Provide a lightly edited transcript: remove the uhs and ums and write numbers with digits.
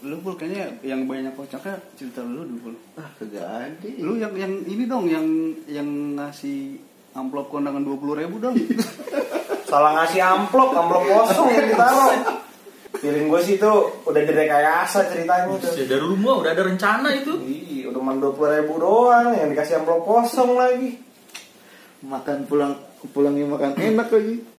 Lu Pul kayaknya yang banyak kocaknya cerita lu dulu Pul. Kagak ada. Lu yang ini dong yang ngasih amplop kondangan 20.000 dong. Salah ngasih amplop kosong yang ditaruh. Feeling gue sih itu udah direkayasa ceritanya tuh. Dari rumah udah ada rencana itu. Iya, udah cuma 20.000 doang yang dikasih amplop kosong lagi. Makan pulangnya makan enak lagi.